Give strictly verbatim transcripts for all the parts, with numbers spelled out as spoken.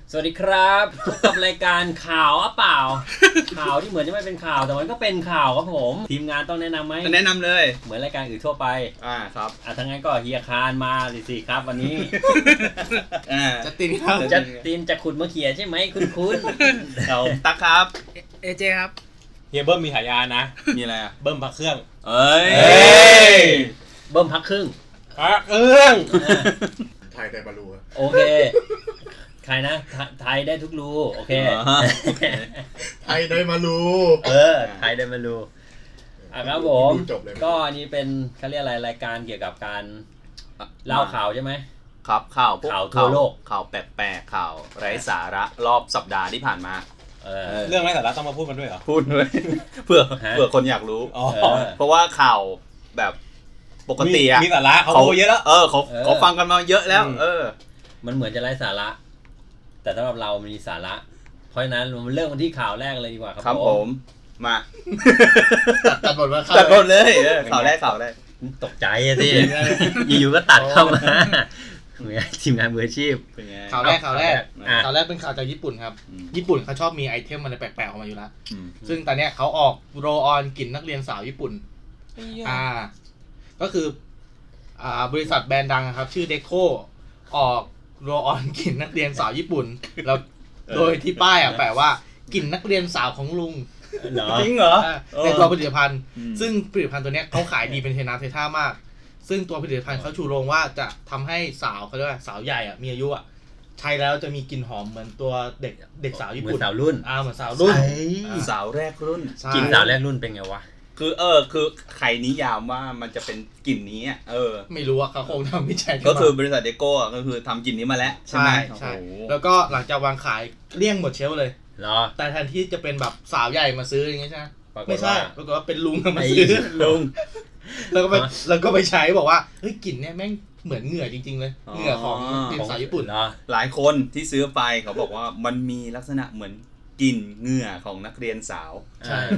สวัสดีครับพบกับรายการข่าวอะเปล่าข่าวที่เหมือนจะไม่เป็นข่าวแต่มันก็เป็นข่าวครับผมทีมงานต้องแนะนำไหมแนะนำเลยเหมือนรายการอื่นทั่วไปอ่าครับอ่ะทั้งนั้นก็เฮียคารมาสิสิครับวันนี้อ่าจัดตินครับจัดตินจะขุดมะเขียใช่ไหมคุณคุณเราตักครับเอเจครับเฮียเบิ้มมีฉายานะมีอะไรอ่ะเบิ้มพักเครื่องเอ้ยเบิ้มพักครึ่งพักเครื่องไทยได้บรรลุโอเคใครนะไทยได้ทุกรูโอเคไทยได้มารูเออไทยได้มารูอ่ะครับผมก็อันนี้เป็นเขาเรียกอะไรรายการเกี่ยวกับการเล่าข่าวใช่ไหมครับข่าวข่าวทั่วโลกข่าวแปลกๆข่าวไร้สาระรอบสัปดาห์ที่ผ่านมาเออเรื่องไร้สาระต้องมาพูดกันด้วยเหรอพูดด้วยเพื่อเพื่อคนอยากรู้เพราะว่าข่าวแบบปกติอะมีสาระเขาเยอะแล้วเออเขาเขาฟังกันมาเยอะแล้วเออมันเหมือนจะไร้สาระแต่สำหรับเรามันมีสาระเพราะฉะนั้นเราเริ่มกันที่ข่าวแรกเลยดีกว่าครับผมมาตัดบทมาตัดบทเลยข่าวแรกข่าวแรกตกใจสิอยู่ๆก็ตัดเข้ามาทีมงานมืออาชีพข่าวแรกข่าวแรกข่าวแรกเป็นข่าวจากญี่ปุ่นครับญี่ปุ่นเขาชอบมีไอเทมอะไรแปลกๆออกมาอยู่แล้วซึ่งตอนนี้เขาออกโรออนกลิ่นนักเรียนสาวญี่ปุ่นอ่าก็คืออ่าบริษัทแบรนด์ดังครับชื่อเดโคออกโรออนกลิ่นนักเรียนสาวญี่ปุ่นแล้วโดยที่ป้ายอ่ะแปลว่ากลิ่นนักเรียนสาวของลุงจริงเหรอเป็นตัวผลิตภัณฑ์ซึ่งผลิตภัณฑ์ตัวนี้เขาขายดีเป็นเทน้ำเทท่ามากซึ่งตัวผลิตภัณฑ์เขาชูโรงว่าจะทำให้สาวเขาเรียกว่าสาวใหญ่อ่ะมีอายุอ่ะใช้แล้วจะมีกลิ่นหอมเหมือนตัวเด็กเด็กสาวญี่ปุ่นเหมือนสาวรุ่นอ่าเหมือนสาวรุ่นสาวแรกรุ่นกลิ่นสาวแรกรุ่นเป็นไงวะคือเออคือใครนิยามว่ามันจะเป็นกลิ่นนี้เออไม่รู้ว่าเขาคงทำวิจัยก็คือบริษัทเดโก้ก็คือทำกลิ่นนี้มาแล้วใช่ไหมใช่แล้วก็หลังจากวางขายเลี่ยงหมดเชลฟ์เลยแต่แทนที่จะเป็นแบบสาวใหญ่มาซื้ออย่างงี้ใช่ไหมไม่ใช่ปรากฏว่าเป็นลุงมาซื้อลุงแล้วก็ไปแล้วก็ไปใช้บอกว่าเฮ้ยกลิ่นเนี่ยแม่งเหมือนเหงื่อจริงๆเลยเหงื่อของสาวญี่ปุ่นหลายคนที่ซื้อไปเขาบอกว่ามันมีลักษณะเหมือนกลิ่นเหงื่อของนักเรียนสาวใช่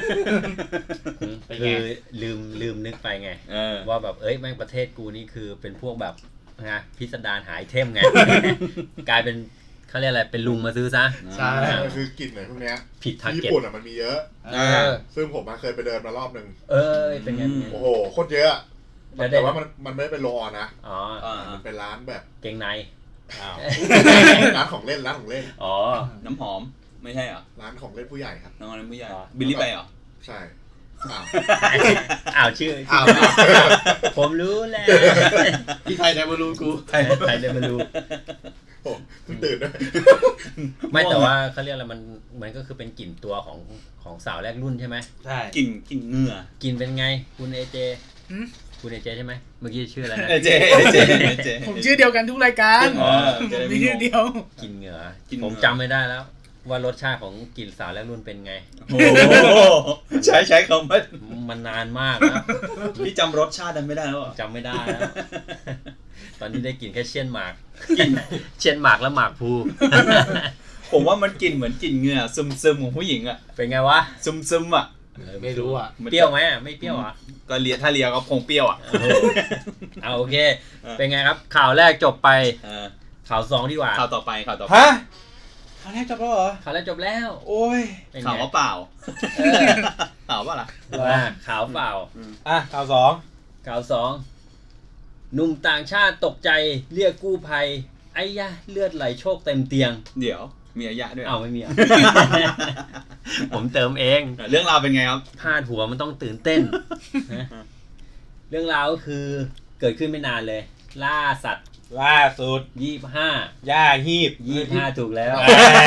คือลืมลืมนึกไปไงว่าแบบเอ้ยแม่งประเทศกูนี่คือเป็นพวกแบบไงพิสดารหายเทมไงกลายเป็นเขาเรียกอะไรเป็นลุงมาซื้อซะใช่คือกลิ่นไหนพวกเนี้ยผิดทาร์เก็ตญี่ปุ่นอ่ะมันมีเยอะซึ่งผมมาเคยไปเดินมารอบนึงเออเป็นไงโอ้โหโคตรเยอะแต่ว่ามันมันไม่เป็นโลออนนะอ๋อมันเป็นร้านแบบเกงในร้านของเล่นร้านของเล่นอ๋อน้ำหอมไม่ใช่เหรอร้านของเล่นผู้ใหญ่ครับน้องเล่นผู้ใหญ่บิลลี่ไปเหรอใช่อ้าวอ้าวชื่ออ้าวผมรู้แล้วพี่ไทยได้มารู้กูไทยไทยได้มารู้ผมตื่นด้วยไม่แต่ว่าเขาเรียกอะไรมันมันก็คือเป็นกลิ่นตัวของของสาวแรกรุ่นใช่ไหมใช่กลิ่นกลิ่นเหงื่อกลิ่นเป็นไงคุณเอเจคุณเอเจใช่ไหมเมื่อกี้ชื่ออะไรนะเอเจเอเจเอเจผมชื่อเดียวกันทุกรายการมีชื่อเดียวกลิ่นเหงื่อผมจำไม่ได้แล้วว่ารสชาติของกลิ่นสาวแรกรุ่นเป็นไงโอ้ใช้ใช้คำว่ามันนานมากนะพี่จำรสชาตินั้นไม่ได้แล้วจำไม่ได้แล้วตอนนี้ได้กลิ่นแค่เชี่ยนหมากกลิ่นเชี่ยนหมากแล้วหมากภูผมว่ามันกลิ่นเหมือนกลิ่นเหงื่อซึมๆของผู้หญิงอ่ะเป็นไงวะซึมๆอ่ะไม่รู้อ่ะเปรี้ยวไหมอ่ะไม่เปรี้ยวอ่ะก็เลียถ้าเลียก็คงเปรี้ยวอ่ะเอาโอเคเป็นไงครับข่าวแรกจบไปข่าวสองดีกว่าข่าวต่อไปข่าวต่อไปฮะข่าวแรกจบแล้วเหรอข่าวแรกจบแล้วโอ้ยข่าวว่าเปล่าข่าวว่าล่ะว่าข่าวเปล่าอ่ะข่าวสองข่าวสองหนุ่มต่างชาติตกใจเรียกกู้ภัยไอ้ยะเลือดไหลโชกเต็มเตียงเดี๋ยวมีอายะด้วยอ้าวไม่มีอ่ะผมเติมเองเรื่องราวเป็นไงครับพาดหัวมันต้องตื่นเต้นเรื่องราวก็คือเกิดขึ้นไม่นานเลยล่าสัตว์ล่าสุดยี่สิบห้าย่าฮีบยี่สิบห้าถูกแล้ว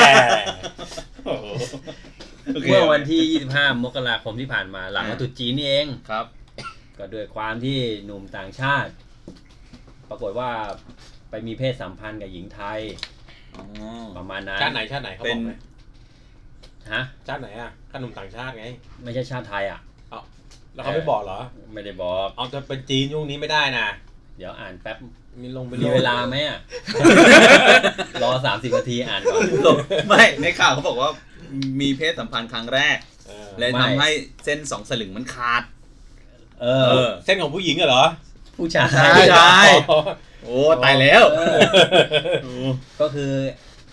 เมื่อวันที่ยี่สิบห้ามกราคมที่ผ่านมาหลังวันตรุษจีนนี่เองครับก็ด้วยความที่หนุ่มต่างชาติปรากฏว่าไปมีเพศสัมพันธ์กับหญิงไทยประมาณนั้นชาติไหนชาติไหนเขาบอกไหมฮะชาติไหนอ่ะขนมต่างชาติไงไม่ใช่ชาติไทยอ่ะเอ้าแล้วเขาไม่บอกเหรอไม่ได้บอกเอาจะเป็นจีนยุคนี้ไม่ได้นะเดี๋ยวอ่านแป๊บมีลงไปมีเวลาไหมอ่ะรอสามสิบนาทีอ่านก่อนไม่ในข่าวเขาบอกว่ามีเพศสัมพันธ์ครั้งแรกเลยทำให้เส้นสองสลึงมันขาดเออเส้นของผู้หญิงเหรอผู้ชายผู้ชายโอ้ตายแล้วก็คือ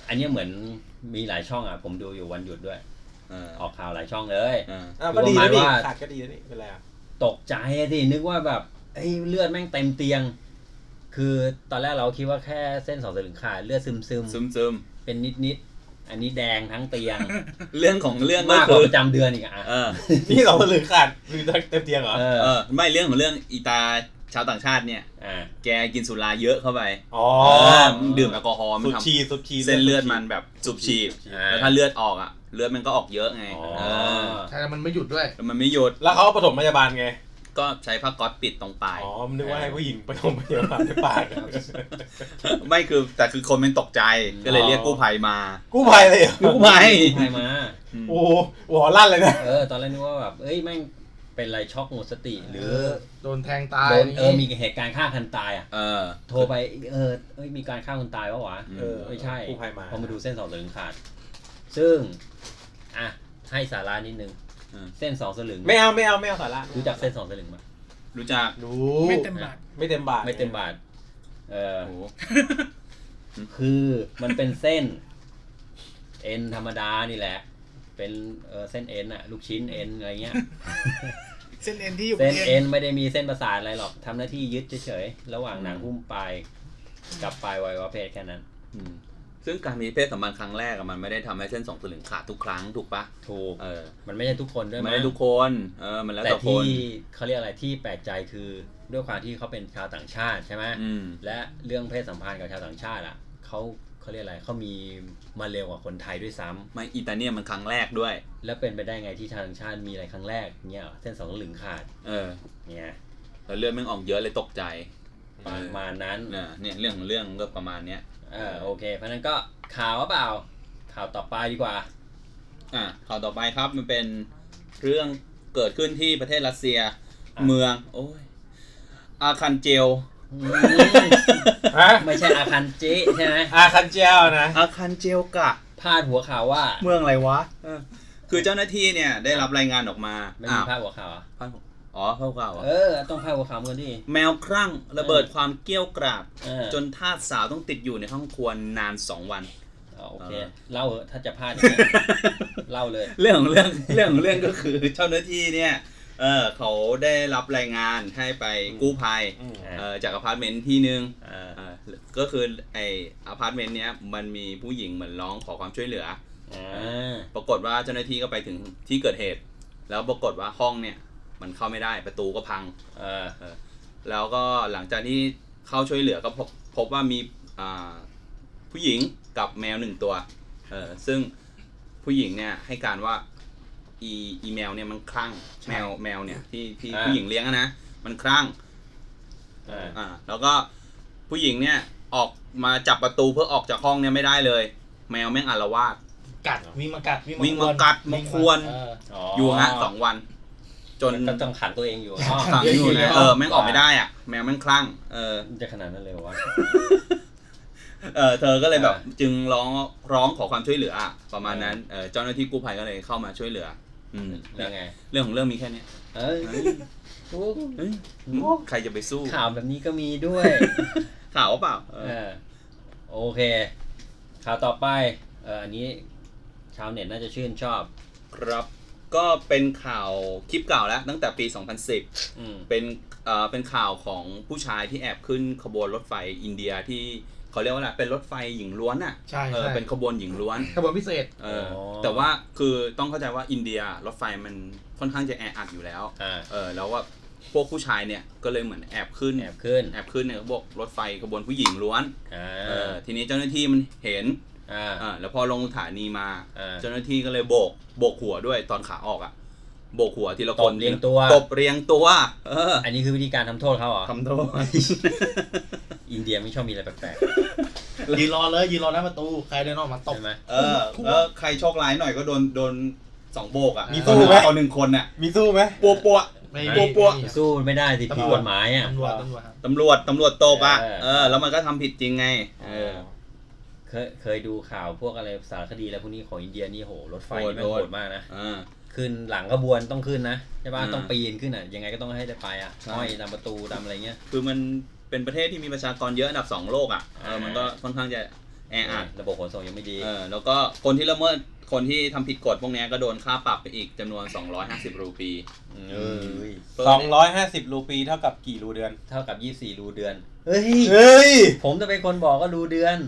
อันนี้เหมือนมีหลายช่องอ่ะผมดูอยู่วันหยุดด้วยออกข่าวหลายช่องเลยก็ดีนะนี่ขาดก็ดีนะนี่เป็นไรตกใจสินึกว่าแบบเฮ้ยเลือดแม่งเต็มเตียงคือตอนแรกเราคิดว่าแค่เส้นสองสลึงขาดเลือดซึมซึมซึมซึมเป็นนิดนิดอันนี้แดงทั้งเตียงเรื่องของเรื่องมากกว่าประจำเดือนอีกอ่ะนี่สองสลึงขาดคือเต็มเตียงเหรอเออไม่เรื่องของเรื่องอีตาชาวต่างชาติเนี่ยแกกินสุราเยอะเข้าไปอ๋อดื่มแอลกอฮอล์มันทำเส้นเลือดมันแบบสูบฉีดแล้วถ้าเลือดออกอ่ะเลือดมันก็ออกเยอะไงใช่มันไม่หยุดด้วยมันไม่หยุดแล้วเขาปฐมพยาบาลไงก็ใช้ผ้าก๊อซปิดตรงปลายอ๋อนึกว่าให้ผู้หญิงปฐมพยาบาลในปากไม่คือแต่คือคนเป็นตกใจก็เลยเรียกกู้ภัยมากู้ภัยเลยกู้ภัยกู้ภัยมาโอ้โหลั่นเลยนะเออตอนแรกนึกว่าแบบเอ้ยแม่งเป็นไรช็อกหมดสติหรือโดนแทงตายเออมีเหตุการณ์ฆ่าคนตายอ่ะเออโทรไปเออเอ้ยมีการฆ่าคนตายวะวะเออไม่ใช่พอมาดูเส้นสองสลึงขาดซึ่งอ่ะให้สาระนิดนึงเส้นสองสลึงไม่เอาไม่เอาไม่เอาสาระรู้จักเส้นสองสลึงมั้ยรู้จักรู้ไม่เต็มบาทไม่เต็มบาทไม่เต็มบาทเออคือมันเป็นเส้นเอ็นธรรมดานี่แหละเป็นเออเส้นเอ็นอะลูกชิ้นเอ็นอะไรเงี้ยเส้นเอ็นที่อยู่เส้นเอ็นไม่ได้มีเส้นประสาทอะไรหรอกทำหน้าที่ยึดเฉยๆระหว่างหนังหุ้มปลายกับปลายอวัยวะเพศแค่นั้นซึ่งการมีเพศสัมพันธ์ครั้งแรกมันไม่ได้ทำให้เส้นสองสลึงขาดทุกครั้งถูกปะถูกเออมันไม่ใช่ทุกคนด้วยไม่ได้ทุกคนเออมันแล้วแต่คนแต่ที่เขาเรียกอะไรที่แปลกใจคือด้วยความที่เขาเป็นชาวต่างชาติใช่ไหมและเรื่องเพศสัมพันธ์กับชาวต่างชาติอ่ะเขาเขาเรียกอะไรเขามีมาเร็วกว่าคนไทยด้วยซ้ำไม่อิตาเนียมันครั้งแรกด้วยแล้วเป็นไปได้ไงที่ชาวต่างชาติมีอะไรครั้งแรกเงี้ยเส้นสองสลึงขาดเออเนี่ยแล้วเลือดมันออกเยอะเลยตกใจประมาณนั้นเนี่ยเรื่องเรื่องก็ประมาณเนี้ยเออโอเคเพราะนั้นก็ข่าวว่าเปล่าข่าวต่อไปดีกว่าอ่าข่าวต่อไปครับมันเป็นเรื่องเกิดขึ้นที่ประเทศรัสเซียเมืองโอ้ยอาคันเจลไม่ใช่อาคันเจใช่ไหมอาคันเจลนะอาคันเจลกะพาดหัวข่าวว่าเมืองอะไรวะคือเจ้าหน้าที่เนี่ยได้รับรายงานออกมาไม่มีพาดหัวข่าวพาดอ๋อพาดหัวข่าวเออต้องพาดหัวข่าวเหมือนดิแมวครั่งระเบิดความเกี้ยวกราดจนทาสสาวต้องติดอยู่ในห้องครัวนานสองวันโอเคเล่าถ้าจะพลาดอย่างนี้เล่าเลยเรื่องของเรื่องเรื่องของเรื่องก็คือเจ้าหน้าที่เนี่ยเออเขาได้รับรายงานให้ไปกู้ภัยเออจากอพาร์ตเมนต์ที่นึงเออก็คือไออพาร์ตเมนต์เนี้ยมันมีผู้หญิงเหมือนร้องขอความช่วยเหลือปรากฏว่าเจ้าหน้าที่ก็ไปถึงที่เกิดเหตุแล้วปรากฏว่าห้องเนี่ยมันเข้าไม่ได้ประตูก็พังเออแล้วก็หลังจากที่เข้าช่วยเหลือก็พบพบว่ามีอ่าผู้หญิงกับแมวหนึ่งตัวเออซึ่งผู้หญิงเนี่ยให้การว่าอีอีแมวเนี่ยมันคลั่งแมวแมวเนี่ยที่ที่ผู้หญิงเลี้ยงนะมันคลั่งอ่าแล้วก็ผู้หญิงเนี่ยออกมาจับประตูเพื่อออกจากห้องเนี่ยไม่ได้เลยแมวแม่งอาละวาดกัดวิ่งมากัดวิ่งมากัดมาควนอยู่ฮะสองวันจนก็ต้องขังตัวเองอยู่ขังอยู่นะเออแม่งออกไม่ได้อ่ะแมวแม่งคลั่งเออจะขนาดนั้นเลยวะเออเธอก็เลยแบบจึงร้องร้องขอความช่วยเหลือประมาณนั้นเออเจ้าหน้าที่กู้ภัยก็เลยเข้ามาช่วยเหลืออืมแล้วไงเรื่องของเรื่องมีแค่นี้เอ้ยใครจะไปสู้ข่าวแบบนี้ก็มีด้วยข่าวเปล่าเออโอเคข่าวต่อไปเอออันนี้ชาวเน็ตน่าจะชื่นชอบครับก็เป็นข่าวคลิปเก่าแล้วตั้งแต่ปีสองพันสิบเป็นเอ่อเป็นข่าวของผู้ชายที่แอบขึ้นขบวนรถไฟอินเดียที่เขาเรียกว่าอะไรเป็นรถไฟหญิงล้วนอ่ะใช่เออเป็นขบวนหญิงล้วนขบวนพิเศษเออแต่ว่าคือต้องเข้าใจว่าอินเดียรถไฟมันค่อนข้างจะแออัดอยู่แล้วเออแล้วว่าพวกผู้ชายเนี่ยก็เลยเหมือนแอบขึ้นแอบขึ้นแอบขึ้นเนี่ยเขาบอกรถไฟขบวนผู้หญิงล้วนเออทีนี้เจ้าหน้าที่มันเห็นอ่าแล้วพอลงสถานีมาเจ้าหน้าที่ก็เลยโบกโบกหัวด้วยตอนขาออกอ่ะโบกหัวทีละคนเรียงตัวตบเรียงตัวเอออันนี้คือวิธีการทำโทษเขาเหรอทำโทษอินเดียไม่ชอบมีอะไรแปลกๆยืนรอเลยยืนรอหน้าประตูใครเดินออกมาตบไหมเออแล้วใครโชคร้ายหน่อยก็โดนโดนสองโบกอ่ะมีสู้ไหมเอาหนึ่งคนอ่ะมีสู้ไหมปัวปัวปัวปัวสู้ไม่ได้สิผิดกฎหมายอ่ะตำรวจตำรวจตำรวจตำรวจตบอ่ะเออแล้วมันก็ทำผิดจริงไงเออเคยเคยดูข่าวพวกอะไรสารคดีแล้วพวกนี้ของอินเดียนี่โหรถไฟนี่โหดมากนะขึ้นหลังขบวนต้องขึ้นนะใช่ป่ะต้องปีนขึ้นอ่ะยังไงก็ต้องให้ได้ไปอ่ะห้อยตามประตูตามอะไรเงี้ยคือมันเป็นประเทศที่มีประชากรเยอะอันดับสองโลกอ่ะเออมันก็ค่อนข้างจะแออัดระบบขนส่งยังไม่ดีเออแล้วก็คนที่ละเมิดคนที่ทำผิดกฎพวกนี้ก็โดนค่าปรับไปอีกจำนวนสองร้อยห้าสิบรูปีเออสองร้อยห้าสิบรูปีเท่ากับกี่รูเดือนเท่ากับยี่สิบสี่รูเดือนเฮ้ยเฮ้ยผมจะเป็นคนบอกก็รูเดือน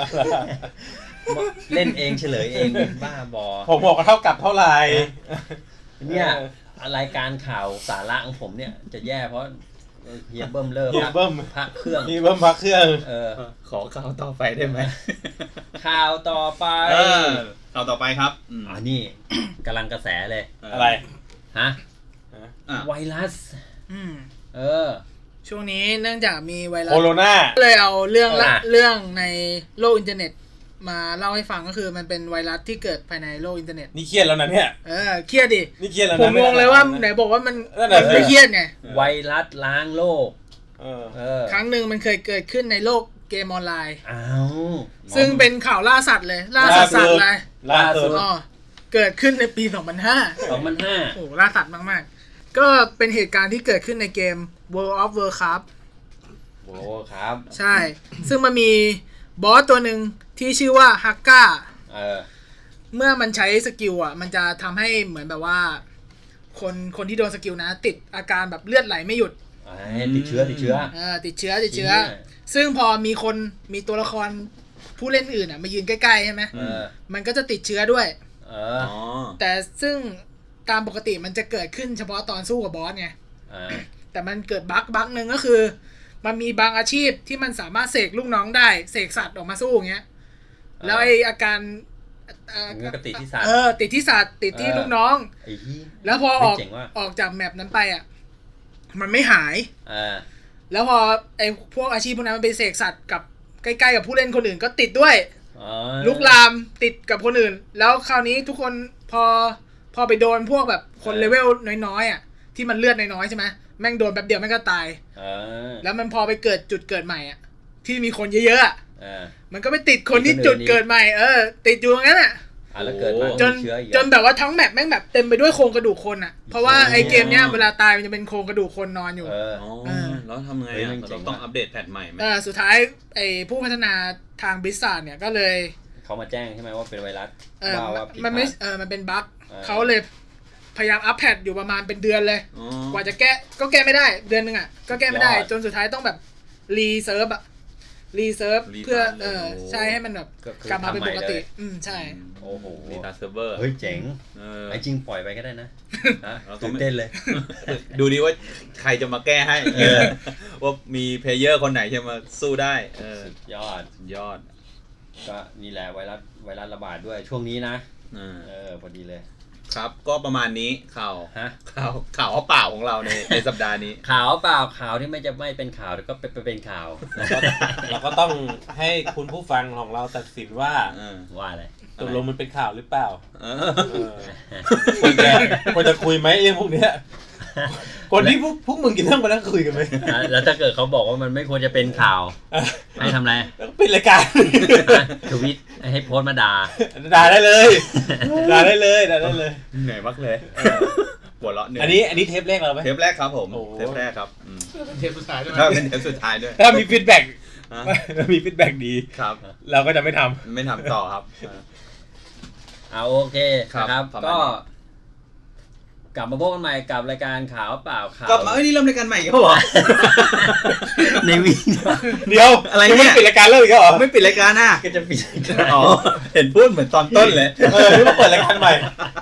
เล่นเองเฉลยเองบ้าบอผมบอกว่าเท่ากับเท่าไหร่เนี่ยรายการข่าวสาระของผมเนี่ยจะแย่เพราะเฮียเบิ้มเริ่มเฮียเบิ้มพักเครื่องเฮียเบิ้มพักเครื่องเออขอข่าวต่อไปได้ไหมข่าวต่อไปข่าวต่อไปครับอ่านี่กำลังกระแสเลยอะไรฮะไวรัสอืมเออช่วงนี้เนื่องจากมีไวรัสโคโรนาเลยเอาเรื่องเรื่องในโลกอินเทอร์เน็ตมาเล่าให้ฟังก็คือมันเป็นไวรัสที่เกิดภายในโลกอินเทอร์เน็ตนี่เครียดแล้วนะเนี่ยเออเครียดดินี่เครียดแล้วนะผมงงเลยว่าไหนบอกว่ามันไม่เครียดไงไวรัสล้างโลกเออเออครั้งหนึ่งมันเคยเกิดขึ้นในโลกเกมออนไลน์อ้าวซึ่งเป็นข่าวล่าสัตว์เลยล่าสัตว์สัตว์เลยล่าสุดอ๋อเกิดขึ้นในปีสองพันห้าสองพันห้าโอ้ล่าสัตว์มากๆก็เป็นเหตุการณ์ที่เกิดขึ้นในเกม World of Warcraft โอ้ครับใช่ซึ่งมันมีบอสตัวหนึ่งที่ชื่อว่าฮักก้าเออเมื่อมันใช้สกิลอ่ะมันจะทำให้เหมือนแบบว่าคนคนที่โดนสกิลนะติดอาการแบบเลือดไหลไม่หยุดติดเชื้อติดเชื้อเออติดเชื้อติดเชื้อซึ่งพอมีคนมีตัวละครผู้เล่นอื่นอ่ะมายืนใกล้ๆใช่ไหมมันก็จะติดเชื้อด้วยเออแต่ซึ่งตามปกติมันจะเกิดขึ้นเฉพาะตอนสู้กับบอสไงแต่มันเกิดบั๊กบั๊กนึงก็คือมันมีบางอาชีพที่มันสามารถเสกลูกน้องได้เสกสัตว์ออกมาสู้อย่างเงี้ยแล้วไออาการก็ติดที่สัตว์เออติดที่สัตว์ติดที่ลูกน้องแล้วพอออกออกจากแมปนั้นไปอ่ะมันไม่หายแล้วพอไอพวกอาชีพพวกนั้นมันไปเสกสัตว์กับใกล้ๆกับผู้เล่นคนอื่นก็ติดด้วยลุกลามติดกับคนอื่นแล้วคราวนี้ทุกคนพอพอไปโดนพวกแบบคนเลเวลน้อยๆอ่ะที่มันเลือดน้อยๆใช่ไหมแม่งโดนแป๊บเดียวแม่งก็ตายแล้วมันพอไปเกิดจุดเกิดใหม่อ่ะที่มีคนเยอะๆอ่ะมันก็ไปติดคนที่จุดเกิดใหม่เออติดอยู่ตรงนั้นอ่ะแล้วเกิดมาจนจนแบบว่าทั้งแมปแม่งแบบเต็มไปด้วยโครงกระดูกคนอ่ะเพราะว่าไอเกมเนี้ยเวลาตายมันจะเป็นโครงกระดูกคนนอนอยู่เออแล้วทำไงอ่ะเราต้องอัปเดตแพทใหม่ไหมเออสุดท้ายไอผู้พัฒนาทางบริษัทเนี่ยก็เลยเขามาแจ้งใช่ไหมว่าเป็นไวรัสว่ามันไม่เออมันเป็นบั๊กเขาเลยพยายามอัปเดตอยู่ประมาณเป็นเดือนเลยกว่าจะแก้ก็แก้ไม่ได้เดือนนึงอ่ะก็แก้ไม่ได้จนสุดท้ายต้องแบบรีเซิร์ฟอ่ะรีเซิร์ฟเพื่อเออใช่ให้มันแบบกลับมาเป็นปกติอืมใช่โอ้โหรีสตาร์ทเซิร์ฟเวอร์เฮ้ยเจ๋งไอ้จริงปล่อยไปก็ได้นะตื่นเต้นเลยดูดิว่าใครจะมาแก้ให้ว่ามีเพลเยอร์คนไหนจะมาสู้ได้เออยอดยอดก็นี่แหละไวรัสไวรัสระบาดด้วยช่วงนี้นะเออพอดีเลยครับก็ประมาณนี้ข่าวฮะข่าวข่าวเปล่าของเราในในสัปดาห์นี้ข่าวเปล่าข่าวที่ไม่จะไม่เป็นข่าวแต่ก็เป็นเป็นข่าวเราก็ต้องให้คุณผู้ฟังของเราตัดสินว่าว่าอะไรตกลงมันเป็นข่าวหรือเปล่าควรจะควรจะคุยไหมเรื่องพวกเนี้ยคนที่พวกพวกมึงกินเรื่องมาแล้วคุยกันไหมแล้วถ้าเกิดเขาบอกว่ามันไม่ควรจะเป็นข่าวให้ทำไรปิดรายการทวิตให้โพสต์มาด่าด่าได้เลยด่าได้เลยด่าได้เลยเหนื่อยมากเลยปวดเลาะเหนื่อยอันนี้อันนี้เทปแรกเราไหมเทปแรกครับผมเทปแรกครับเทปสุดท้ายด้วยเป็นเทปสุดท้ายด้วยถ้ามีฟีดแบ็กถ้ามีฟีดแบ็กดีครับเราก็จะไม่ทำไม่ทำต่อครับเอาโอเคครับก็กลับมาพบกันใหม่กับรายการข่าวเปล่าข่าวกลับมาเอ้ยนี่เริ่มรายการใหม่อีกแล้วเหรอในวีเดี๋ยวอะไรเนี่ยไม่ปิดรายการเริ่มอีกแล้วเหรอไม่ปิดรายการน่ะก็จะปิดอ๋อเห็นพูดเหมือนตอนต้นเลยเออนึกว่าเปิดรายการใหม่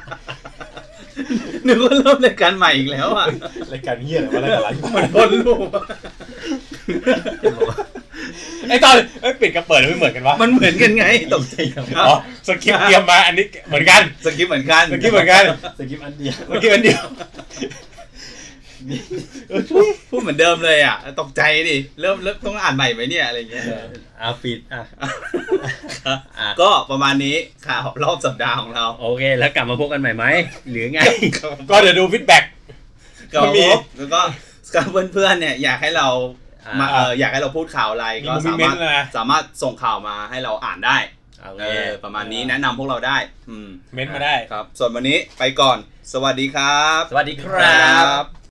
นึกว่าเริ่มรายการใหม่อีกแล้วอ่ะรายการเหี้ยอะไรวะรายการอะไรมันต้นรูปไอ้ตอนไอ้ปิดกับเปิดไม่เหมือนกันวะมันเหมือนกันไงตกใจอ๋อสคริปต์เตรียมมาอันนี้เหมือนกันสคริปต์เหมือนกันสคริปต์เหมือนกันสคริปต์อันเดียวสคริปต์อันเดียวพูดเหมือนเดิมเลยอ่ะตกใจดิเริ่มเริ่มต้องอ่านใหม่ไหมเนี่ยอะไรเงี้ยเอาปิดอ่ะก็ประมาณนี้ข่าวรอบสัปดาห์ของเราโอเคแล้วกลับมาพบกันใหม่ไหมหรือไงก็เดี๋ยวดูฟีดแบ็กก็มีแล้วก็เพื่อนๆเนี่ยอยากให้เรามาเอออยากให้เราพูดข่าวอะไรก็สามารถสามารถส่งข่าวมาให้เราอ่านได้เออประมาณนี้แนะนำพวกเราได้เม้นมาได้ครับส่วนวันนี้ไปก่อนสวัสดีครับสวัสดีครับ